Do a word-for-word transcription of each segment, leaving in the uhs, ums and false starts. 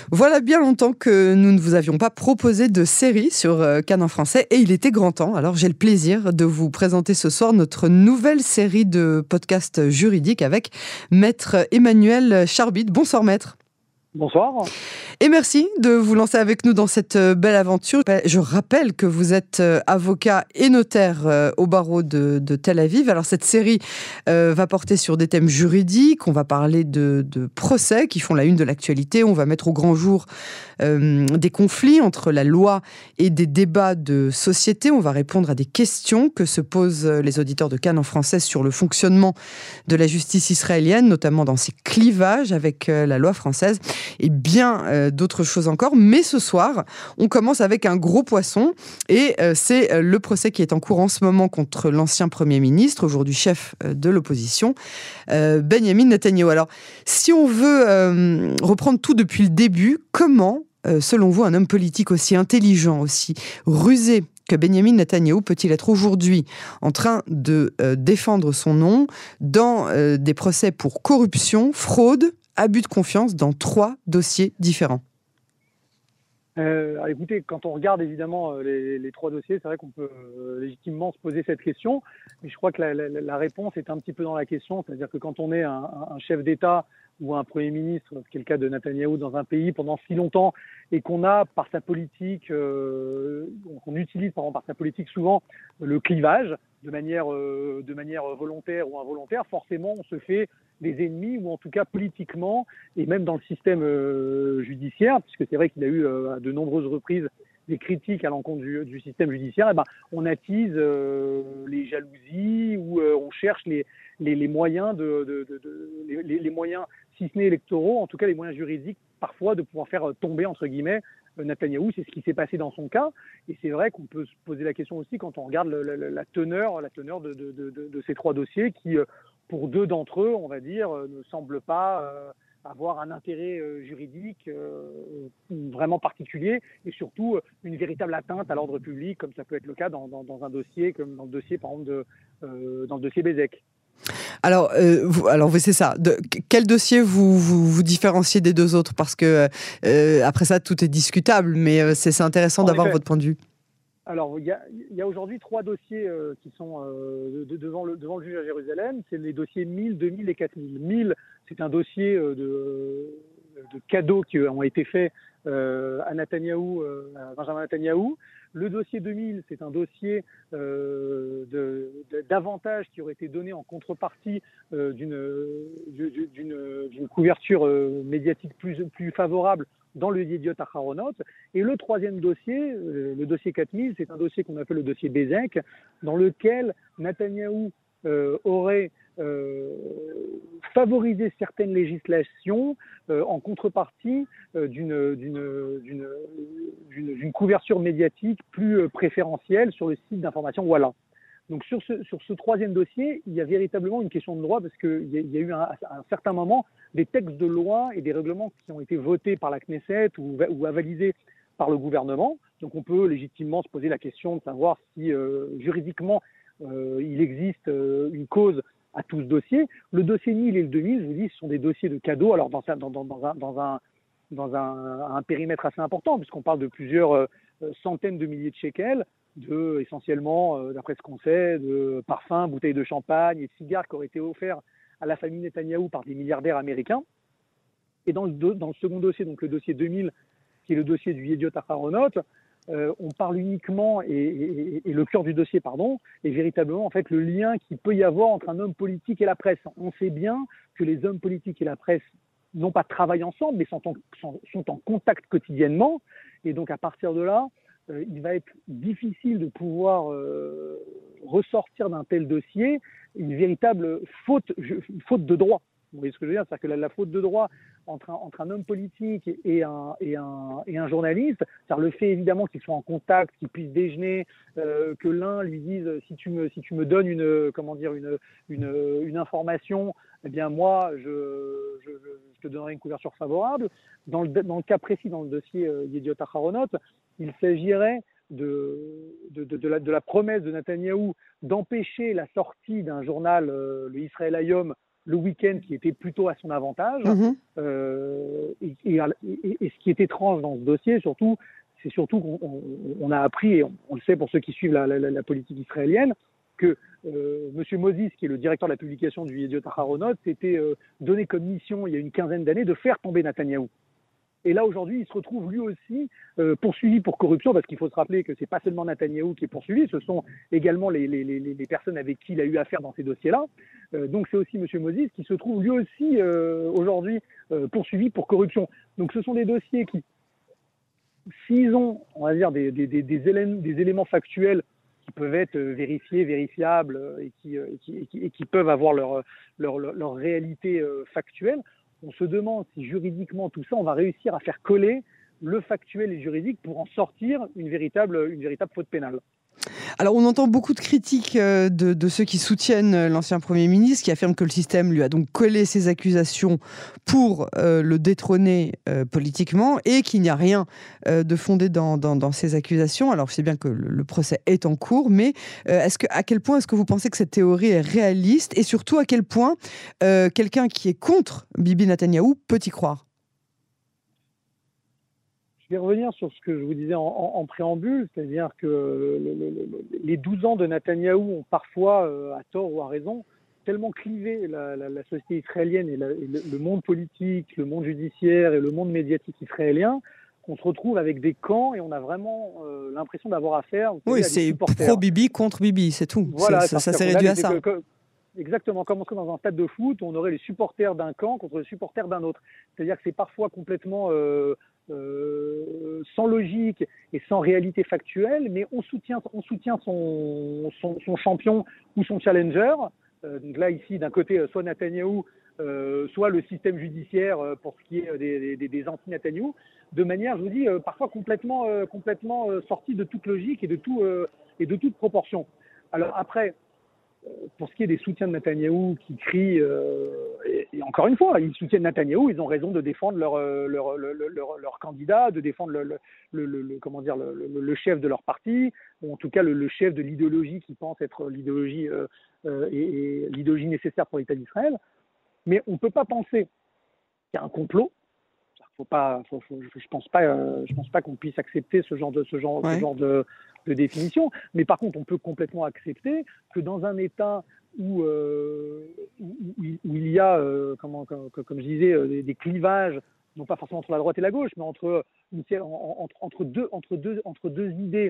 Voilà bien longtemps que nous ne vous avions pas proposé de série sur euh, Cannes en français et il était grand temps. Alors j'ai le plaisir de vous présenter ce soir notre nouvelle série de podcasts juridiques avec Maître Emmanuel Charbit. Bonsoir Maître. Bonsoir. Et merci de vous lancer avec nous dans cette belle aventure. Je rappelle que vous êtes avocat et notaire au barreau de, de Tel Aviv. Alors cette série euh, va porter sur des thèmes juridiques. On va parler de, de procès qui font la une de l'actualité. On va mettre au grand jour euh, des conflits entre la loi et des débats de société. On va répondre à des questions que se posent les auditeurs de Cannes en français sur le fonctionnement de la justice israélienne, notamment dans ses clivages avec la loi française. Et bien euh, d'autres choses encore. Mais ce soir, on commence avec un gros poisson et euh, c'est euh, le procès qui est en cours en ce moment contre l'ancien Premier ministre, aujourd'hui chef euh, de l'opposition, euh, Benjamin Netanyahou. Alors, si on veut euh, reprendre tout depuis le début, comment, euh, selon vous, un homme politique aussi intelligent, aussi rusé que Benjamin Netanyahou peut-il être aujourd'hui en train de euh, défendre son nom dans euh, des procès pour corruption, fraude, abus de confiance dans trois dossiers différents? Euh, alors écoutez, quand on regarde évidemment les, les trois dossiers, c'est vrai qu'on peut euh, légitimement se poser cette question, mais je crois que la, la, la réponse est un petit peu dans la question, c'est-à-dire que quand on est un, un chef d'État ou un Premier ministre, ce qui est le cas de Netanyahou dans un pays pendant si longtemps, et qu'on a par sa politique, euh, qu'on utilise pardon, par sa politique souvent le clivage de manière, euh, de manière volontaire ou involontaire, forcément on se fait des ennemis, ou en tout cas politiquement, et même dans le système euh, judiciaire, puisque c'est vrai qu'il y a eu euh, à de nombreuses reprises des critiques à l'encontre du, du système judiciaire, et ben, on attise euh, les jalousies, ou euh, on cherche les, les, les moyens, de, de, de, de les, les moyens, si ce n'est électoraux, en tout cas les moyens juridiques, parfois de pouvoir faire tomber, entre guillemets, Netanyahou. C'est ce qui s'est passé dans son cas, et c'est vrai qu'on peut se poser la question aussi quand on regarde le, le, la teneur, la teneur de, de, de, de ces trois dossiers qui, pour deux d'entre eux, on va dire, ne semblent pas euh, avoir un intérêt euh, juridique euh, vraiment particulier, et surtout euh, une véritable atteinte à l'ordre public, comme ça peut être le cas dans, dans, dans un dossier, comme dans le dossier, par exemple, de, euh, dans le dossier Bézek. Alors, euh, vous, alors oui, c'est ça. De, quel dossier vous, vous vous différenciez des deux autres? Parce que euh, après ça, tout est discutable, mais euh, c'est, c'est intéressant en d'avoir effet. Votre point de vue. Alors, il y a, y a aujourd'hui trois dossiers euh, qui sont euh, de, devant, le, devant le juge à Jérusalem. C'est les dossiers mille, deux mille et quatre mille. mille, c'est un dossier euh, de, de cadeaux qui ont été faits euh, à Netanyahou, euh, à Benjamin Netanyahou. Le dossier deux mille, c'est un dossier euh, de, de, d'avantages qui auraient été donnés en contrepartie euh, d'une, d'une, d'une couverture euh, médiatique plus, plus favorable dans le Yediot Aharonot. Et le troisième dossier, euh, le dossier quatre mille, c'est un dossier qu'on appelle le dossier Bézek, dans lequel Netanyahou euh, aurait euh, favorisé certaines législations euh, en contrepartie euh, d'une, d'une, d'une, d'une, d'une couverture médiatique plus euh, préférentielle sur le site d'information Walla. Donc sur ce, sur ce troisième dossier, il y a véritablement une question de droit, parce qu'il y, y a eu un, à un certain moment des textes de loi et des règlements qui ont été votés par la Knesset ou, ou avalisés par le gouvernement. Donc on peut légitimement se poser la question de savoir si euh, juridiquement euh, il existe euh, une cause à tout ce dossier. Le dossier mille et le deux mille, je vous dis, ce sont des dossiers de cadeaux, alors dans, dans, dans, dans, un, dans, un, dans un, un périmètre assez important, puisqu'on parle de plusieurs euh, centaines de milliers de shekels, de, essentiellement, euh, d'après ce qu'on sait, de parfums, bouteilles de champagne et de cigares qui auraient été offerts à la famille Netanyahou par des milliardaires américains. Et dans le, dans le second dossier, donc le dossier deux mille, qui est le dossier du Yediot Aharonot, euh, on parle uniquement, et, et, et le cœur du dossier, pardon, est véritablement en fait le lien qu'il peut y avoir entre un homme politique et la presse. On sait bien que les hommes politiques et la presse non pas travaillent ensemble, mais sont en, sont, sont en contact quotidiennement. Et donc à partir de là, euh, il va être difficile de pouvoir euh, ressortir d'un tel dossier une véritable faute, une faute de droit. Vous voyez ce que je veux dire? C'est-à-dire que la, la faute de droit entre un, entre un homme politique et un, et un, et un journaliste, c'est-à-dire le fait évidemment qu'ils soient en contact, qu'ils puissent déjeuner, euh, que l'un lui dise si tu me, si tu me donnes une, comment dire, une, une, une information, eh bien moi je, je, je te donnerai une couverture favorable. Dans le, dans le cas précis, dans le dossier euh, Yediot Aharonot, il s'agirait de, de, de, de, la, de la promesse de Netanyahou d'empêcher la sortie d'un journal, euh, le Israël Hayom, le week-end qui était plutôt à son avantage. Mmh. Euh, et, et, et, et ce qui est étrange dans ce dossier, surtout, c'est surtout qu'on on, on a appris, et on, on le sait pour ceux qui suivent la, la, la politique israélienne, que euh, M. Moses, qui est le directeur de la publication du Yediot Aharonot, s'était euh, donné comme mission il y a une quinzaine d'années de faire tomber Netanyahou. Et là, aujourd'hui, il se retrouve lui aussi euh, poursuivi pour corruption, parce qu'il faut se rappeler que c'est pas seulement Netanyahou qui est poursuivi, ce sont également les, les, les, les personnes avec qui il a eu affaire dans ces dossiers-là. Euh, donc c'est aussi M. Moses qui se trouve lui aussi euh, aujourd'hui euh, poursuivi pour corruption. Donc ce sont des dossiers qui, s'ils ont, on va dire, des, des, des, des, éléments, des éléments factuels qui peuvent être vérifiés, vérifiables et qui, et qui, et qui, et qui peuvent avoir leur, leur, leur, leur réalité factuelle, on se demande si juridiquement tout ça, on va réussir à faire coller le factuel et le juridique pour en sortir une véritable, une véritable faute pénale. Alors, on entend beaucoup de critiques de, de ceux qui soutiennent l'ancien Premier ministre, qui affirment que le système lui a donc collé ses accusations pour euh, le détrôner euh, politiquement et qu'il n'y a rien euh, de fondé dans, dans, dans ces accusations. Alors, je sais bien que le, le procès est en cours, mais euh, est-ce que, à quel point est-ce que vous pensez que cette théorie est réaliste et surtout à quel point euh, quelqu'un qui est contre Bibi Netanyahou peut y croire ? Je vais revenir sur ce que je vous disais en, en, en préambule, c'est-à-dire que le, le, le, les douze ans de Netanyahou ont parfois, euh, à tort ou à raison, tellement clivé la, la, la société israélienne et, la, et le, le monde politique, le monde judiciaire et le monde médiatique israélien, qu'on se retrouve avec des camps et on a vraiment euh, l'impression d'avoir affaire. Oui, c'est pro-Bibi contre Bibi, c'est tout. Voilà, ça, ça s'est réduit à ça. Que, que, exactement, comme on serait dans un stade de foot, où on aurait les supporters d'un camp contre les supporters d'un autre. C'est-à-dire que c'est parfois complètement euh, euh, sans logique et sans réalité factuelle, mais on soutient, on soutient son, son, son champion ou son challenger. Euh, donc là, ici, d'un côté, soit Netanyahou, euh, soit le système judiciaire euh, pour ce qui est des, des, des anti-Netanyahou, de manière, je vous dis, euh, parfois complètement, euh, complètement euh, sortie de toute logique et de, tout, euh, et de toute proportion. Alors après, pour ce qui est des soutiens de Netanyahou qui crient, euh, et, et encore une fois, ils soutiennent Netanyahou, ils ont raison de défendre leur, leur, leur, leur, leur candidat, de défendre le, le, le, le, comment dire, le, le, le chef de leur parti, ou en tout cas le, le chef de l'idéologie qui pense être l'idéologie euh, euh, et, et l'idéologie nécessaire pour l'État d'Israël. Mais on ne peut pas penser qu'il y a un complot. Faut pas, faut, faut, je pense pas, euh, je pense pas qu'on puisse accepter ce genre de ce genre, ouais. ce genre de, de définition. Mais par contre, on peut complètement accepter que dans un État où euh, où, où il y a, euh, comment, comme, comme je disais, euh, des, des clivages, non pas forcément entre la droite et la gauche, mais entre entre, entre deux entre deux entre deux idées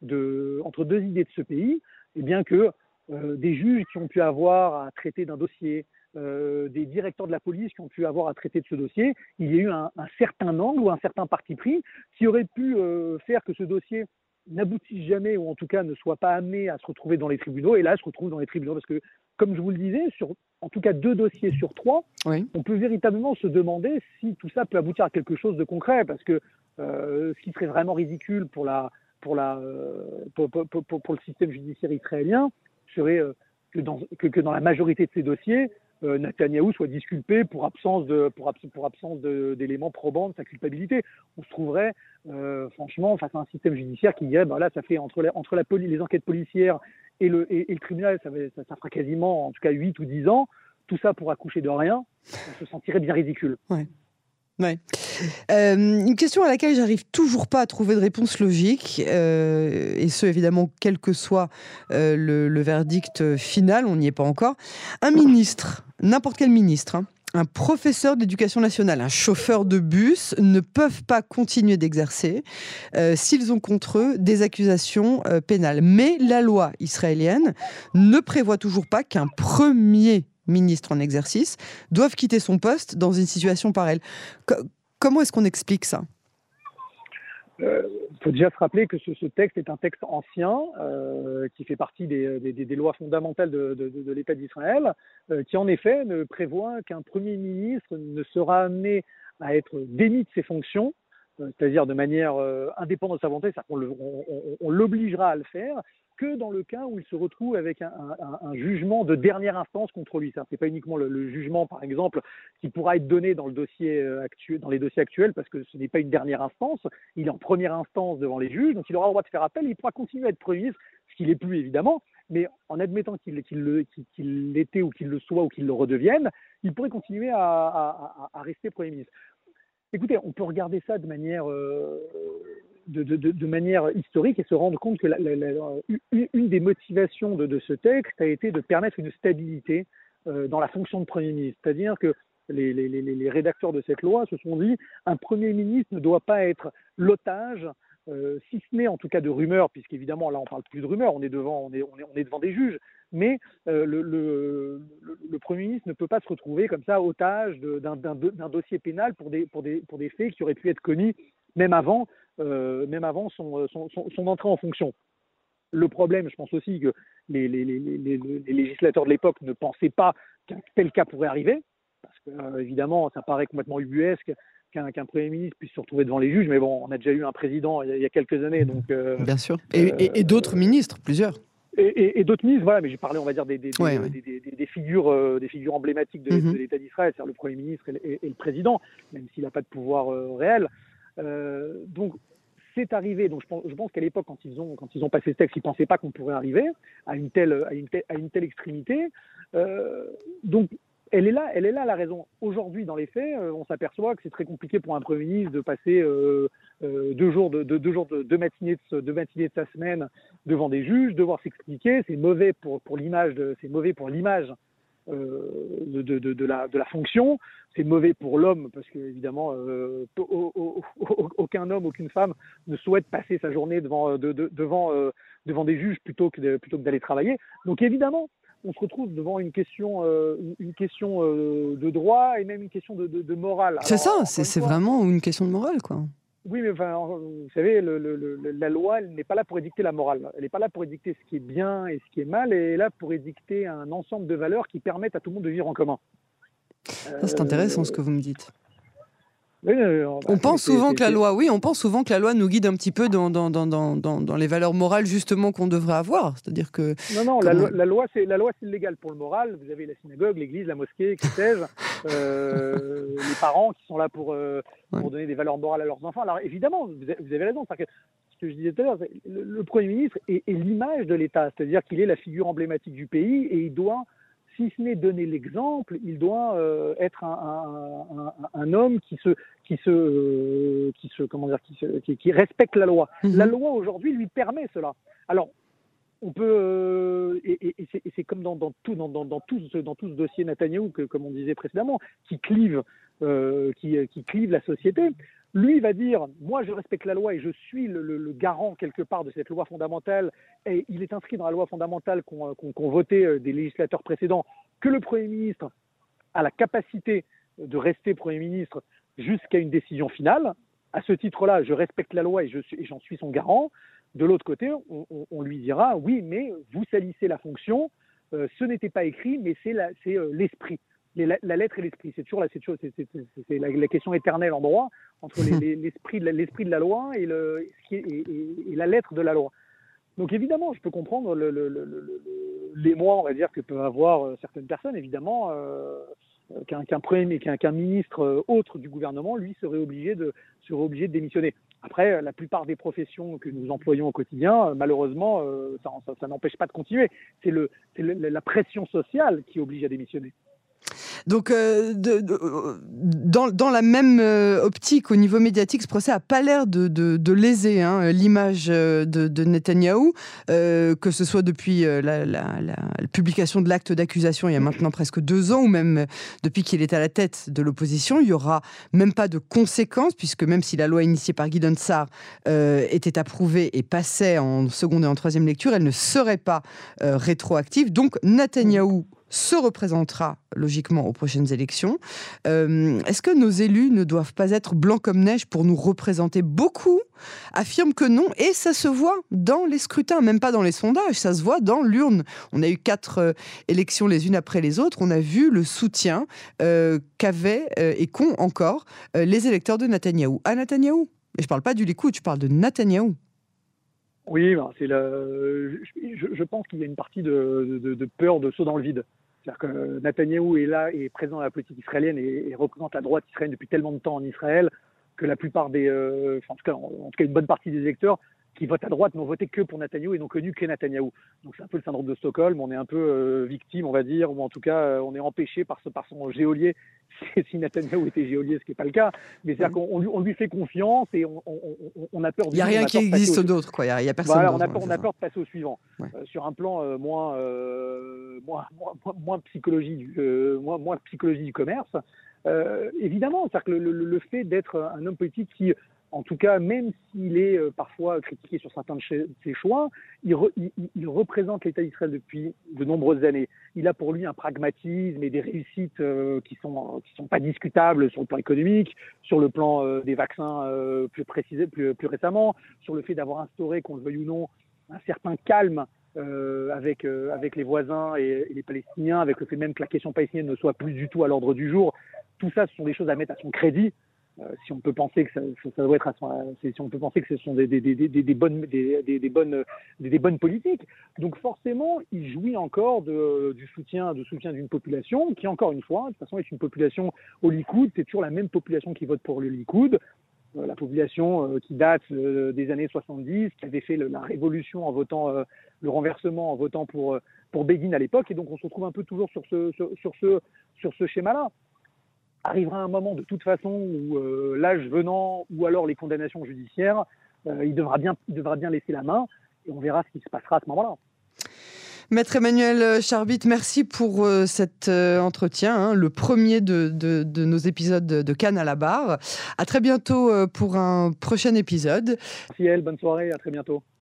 de entre deux idées de ce pays, et bien que euh, des juges qui ont pu avoir à traiter d'un dossier, Euh, des directeurs de la police qui ont pu avoir à traiter de ce dossier, il y a eu un, un certain angle ou un certain parti pris qui aurait pu euh, faire que ce dossier n'aboutisse jamais ou en tout cas ne soit pas amené à se retrouver dans les tribunaux. Et là, se retrouve dans les tribunaux parce que, comme je vous le disais, sur en tout cas deux dossiers sur trois, oui. On peut véritablement se demander si tout ça peut aboutir à quelque chose de concret, parce que euh, ce qui serait vraiment ridicule pour, la, pour, la, euh, pour, pour, pour, pour le système judiciaire israélien serait euh, que, dans, que, que dans la majorité de ces dossiers, Euh, Netanyahou soit disculpé pour absence de pour, abs pour absence d'éléments probants de sa culpabilité. On se trouverait euh, franchement face à un système judiciaire qui dirait bah là ça fait entre, la, entre la poli les enquêtes policières et le, et, et le tribunal ça, ça, ça fera quasiment en tout cas huit ou dix ans, tout ça pour accoucher de rien, on se sentirait bien ridicule. Ouais. Ouais. Euh, une question à laquelle j'arrive toujours pas à trouver de réponse logique, euh, et ce évidemment quel que soit euh, le, le verdict final, on n'y est pas encore. Un ministre, n'importe quel ministre, hein, un professeur d'éducation nationale, un chauffeur de bus ne peuvent pas continuer d'exercer euh, s'ils ont contre eux des accusations euh, pénales. Mais la loi israélienne ne prévoit toujours pas qu'un premier ministre en exercice doivent quitter son poste dans une situation pareille. Co- comment est-ce qu'on explique ça ? Il euh, faut déjà se rappeler que ce, ce texte est un texte ancien euh, qui fait partie des, des, des lois fondamentales de, de, de l'État d'Israël, euh, qui en effet ne prévoit qu'un Premier ministre ne sera amené à être démis de ses fonctions, euh, c'est-à-dire de manière euh, indépendante de sa volonté, on, le, on, on, on l'obligera à le faire, que dans le cas où il se retrouve avec un, un, un jugement de dernière instance contre lui. Ce n'est pas uniquement le, le jugement, par exemple, qui pourra être donné dans, le dossier actuel, dans les dossiers actuels, parce que ce n'est pas une dernière instance, il est en première instance devant les juges, donc il aura le droit de faire appel, et il pourra continuer à être Premier ministre, ce qu'il n'est plus évidemment, mais en admettant qu'il qu'il le- qu'il- qu'il l'était ou qu'il le soit ou qu'il le redevienne, il pourrait continuer à, à- à- à rester Premier ministre. Écoutez, on peut regarder ça de manière, euh, de, de- de- de manière historique et se rendre compte que la- la- la- une, une des motivations de, de ce texte a été de permettre une stabilité euh, dans la fonction de Premier ministre. C'est-à-dire que les, les- les- les rédacteurs de cette loi se sont dit un Premier ministre ne doit pas être l'otage, euh, si ce n'est en tout cas de rumeurs, puisqu'évidemment là on parle plus de rumeurs, on est devant, on est, on est, on est devant des juges, mais euh, le, le, le, le Premier ministre ne peut pas se retrouver comme ça otage de- d'un d'un- d'un dossier pénal pour des, pour, des, pour des faits qui auraient pu être commis même avant, euh, même avant son, son, son, son entrée en fonction. Le problème, je pense aussi que les, les, les, les, les législateurs de l'époque ne pensaient pas qu'un tel cas pourrait arriver, parce que euh, évidemment, ça paraît complètement ubuesque qu'un qu'un Premier ministre puisse se retrouver devant les juges, mais bon, on a déjà eu un président il y a, il y a quelques années, donc... Euh, Bien sûr. Et, euh, et, et d'autres ministres, plusieurs. et, et, et d'autres ministres, voilà, mais j'ai parlé, on va dire, des, des, Ouais, des, ouais. des, des, des figures, euh, des figures emblématiques de, Mhm. de l'État d'Israël, c'est-à-dire le Premier ministre et le, et, et le président, même s'il n'a pas de pouvoir euh, réel. Euh, donc, c'est arrivé. Donc, je pense, je pense qu'à l'époque, quand ils ont, quand ils ont passé ce texte, ils ne pensaient pas qu'on pourrait arriver à une telle, à une telle, à une telle extrémité. Euh, donc, elle est là, elle est là la raison. Aujourd'hui, dans les faits, euh, on s'aperçoit que c'est très compliqué pour un Premier ministre de passer euh, euh, deux jours de, de deux jours de, de matinée de, de matinée de sa semaine devant des juges, devoir s'expliquer. C'est mauvais pour pour l'image, de, c'est mauvais pour l'image euh, de, de, de, de la de la fonction. C'est mauvais pour l'homme parce que évidemment, euh, au, au, au, aucun homme, aucune femme ne souhaite passer sa journée devant de, de, devant euh, devant des juges plutôt que de, plutôt que d'aller travailler. Donc évidemment, on se retrouve devant une question, euh, une question euh, de droit et même une question de, de, de morale. C'est Alors, ça, c'est fois, vraiment une question de morale, quoi. Oui, mais enfin, vous savez, le, le, le, la loi, elle n'est pas là pour édicter la morale. Elle n'est pas là pour édicter ce qui est bien et ce qui est mal. Elle est là pour édicter un ensemble de valeurs qui permettent à tout le monde de vivre en commun. Ça, c'est intéressant euh... ce que vous me dites. Oui, euh, bah, on pense souvent que la loi, oui, on pense souvent que la loi nous guide un petit peu dans, dans, dans, dans, dans, dans les valeurs morales justement qu'on devrait avoir. C'est-à-dire que non, non, la, on... la loi, c'est la loi, c'est légal pour le moral. Vous avez la synagogue, l'église, la mosquée, que sais-je, euh, les parents qui sont là pour, euh, pour ouais. donner des valeurs morales à leurs enfants. Alors évidemment, vous avez, vous avez raison. Que, ce que je disais tout à l'heure, le, le Premier ministre est, est l'image de l'État, c'est-à-dire qu'il est la figure emblématique du pays et il doit, si ce n'est donner l'exemple, il doit euh, être un, un, un, un homme qui se, qui se, euh, qui se, comment dire, qui, se, qui, qui respecte la loi. Mm-hmm. La loi aujourd'hui lui permet cela. Alors, on peut, euh, et, et, et, c'est, et c'est comme dans, dans tout, dans, dans, dans tout, ce, dans tout ce dossier Netanyahou que, comme on disait précédemment, qui clive, euh, qui, qui clive la société. Lui va dire, moi je respecte la loi et je suis le, le, le garant quelque part de cette loi fondamentale et il est inscrit dans la loi fondamentale qu'ont, qu'ont, qu'ont voté des législateurs précédents que le Premier ministre a la capacité de rester Premier ministre jusqu'à une décision finale. À ce titre-là, je respecte la loi et, je suis, et j'en suis son garant. De l'autre côté, on, on, on lui dira, oui, mais vous salissez la fonction, euh, ce n'était pas écrit, mais c'est, la, c'est euh, l'esprit. La, la lettre et l'esprit, c'est toujours la, c'est toujours, c'est, c'est, c'est, c'est la, la question éternelle en droit entre les, les, l'esprit, de la, l'esprit de la loi et, le, et, et, et la lettre de la loi. Donc évidemment, je peux comprendre le, le, le, le, l'émoi, on va dire, que peuvent avoir certaines personnes. Évidemment, euh, qu'un, qu'un, premier, qu'un, qu'un ministre autre du gouvernement, lui, serait obligé de, serait obligé de démissionner. Après, la plupart des professions que nous employons au quotidien, malheureusement, ça, ça, ça n'empêche pas de continuer. C'est, le, c'est le, la pression sociale qui oblige à démissionner. Donc, euh, de, de, dans, dans la même euh, optique, au niveau médiatique, ce procès n'a pas l'air de, de, de léser hein, l'image de, de Netanyahou, euh, que ce soit depuis euh, la, la, la, la publication de l'acte d'accusation il y a maintenant presque deux ans, ou même depuis qu'il est à la tête de l'opposition. Il n'y aura même pas de conséquences, puisque même si la loi initiée par Guidon Sarr euh, était approuvée et passait en seconde et en troisième lecture, elle ne serait pas euh, rétroactive. Donc, Netanyahou se représentera logiquement aux prochaines élections. Euh, est-ce que nos élus ne doivent pas être blancs comme neige pour nous représenter ? Beaucoup affirment que non, et ça se voit dans les scrutins, même pas dans les sondages, ça se voit dans l'urne. On a eu quatre euh, élections les unes après les autres, on a vu le soutien euh, qu'avaient euh, et qu'ont encore euh, les électeurs de Netanyahou. À Netanyahou. Et je ne parle pas du Likoud, je parle de Netanyahou. Oui, ben c'est le, je, je pense qu'il y a une partie de, de, de peur de saut dans le vide. C'est-à-dire que Netanyahou est là, est présent dans la politique israélienne et, et représente la droite israélienne depuis tellement de temps en Israël que la plupart des, euh, enfin, en tout cas, en, en tout cas une bonne partie des électeurs qui votent à droite n'ont voté que pour Netanyahou et n'ont connu que Netanyahou. Donc c'est un peu le syndrome de Stockholm, on est un peu euh, victime, on va dire, ou en tout cas euh, on est empêché par, ce, par son geôlier, si Netanyahou était geôlier, ce qui n'est pas le cas, mais c'est-à-dire qu'on on lui, on lui fait confiance et on, on, on, on a peur du... Il n'y a rien qui existe d'autre, quoi. Il n'y a, a personne voilà, d'autre. On a peur, on a peur de passer au suivant. Ouais. Euh, sur un plan euh, moins, euh, moins, moins, moins, psychologie du, euh, moins, moins psychologie du commerce, euh, évidemment, c'est-à-dire que le, le, le fait d'être un homme politique qui, en tout cas, même s'il est euh, parfois critiqué sur certains de ses choix, il, re, il, il représente l'État d'Israël depuis de nombreuses années. Il a pour lui un pragmatisme et des réussites euh, qui sont qui sont pas discutables sur le plan économique, sur le plan euh, des vaccins euh, plus précisé, plus, plus récemment, sur le fait d'avoir instauré, qu'on le veuille ou non, un certain calme euh, avec euh, avec les voisins et, et les Palestiniens, avec le fait même que la question palestinienne ne soit plus du tout à l'ordre du jour. Tout ça, ce sont des choses à mettre à son crédit. Euh, si on peut penser que ça, ça, ça doit être à son, si on peut penser que ce sont des, des, des, des, des bonnes des, des, des bonnes des, des bonnes politiques, donc forcément il jouit encore de, du soutien de soutien d'une population qui, encore une fois, de toute façon est une population au Likoud. C'est toujours la même population qui vote pour le Likoud, euh, la population euh, qui date euh, des années soixante-dix, qui avait fait le, la révolution en votant euh, le renversement en votant pour pour Begin à l'époque, et donc on se retrouve un peu toujours sur ce sur, sur ce sur ce schéma-là. Arrivera un moment de toute façon où euh, l'âge venant, ou alors les condamnations judiciaires, euh, il, devra bien, il devra bien laisser la main et on verra ce qui se passera à ce moment-là. Maître Emmanuel Charbit, merci pour euh, cet euh, entretien, hein, le premier de, de, de nos épisodes de Cannes à la barre. À très bientôt euh, pour un prochain épisode. Merci Elle, bonne soirée, à très bientôt.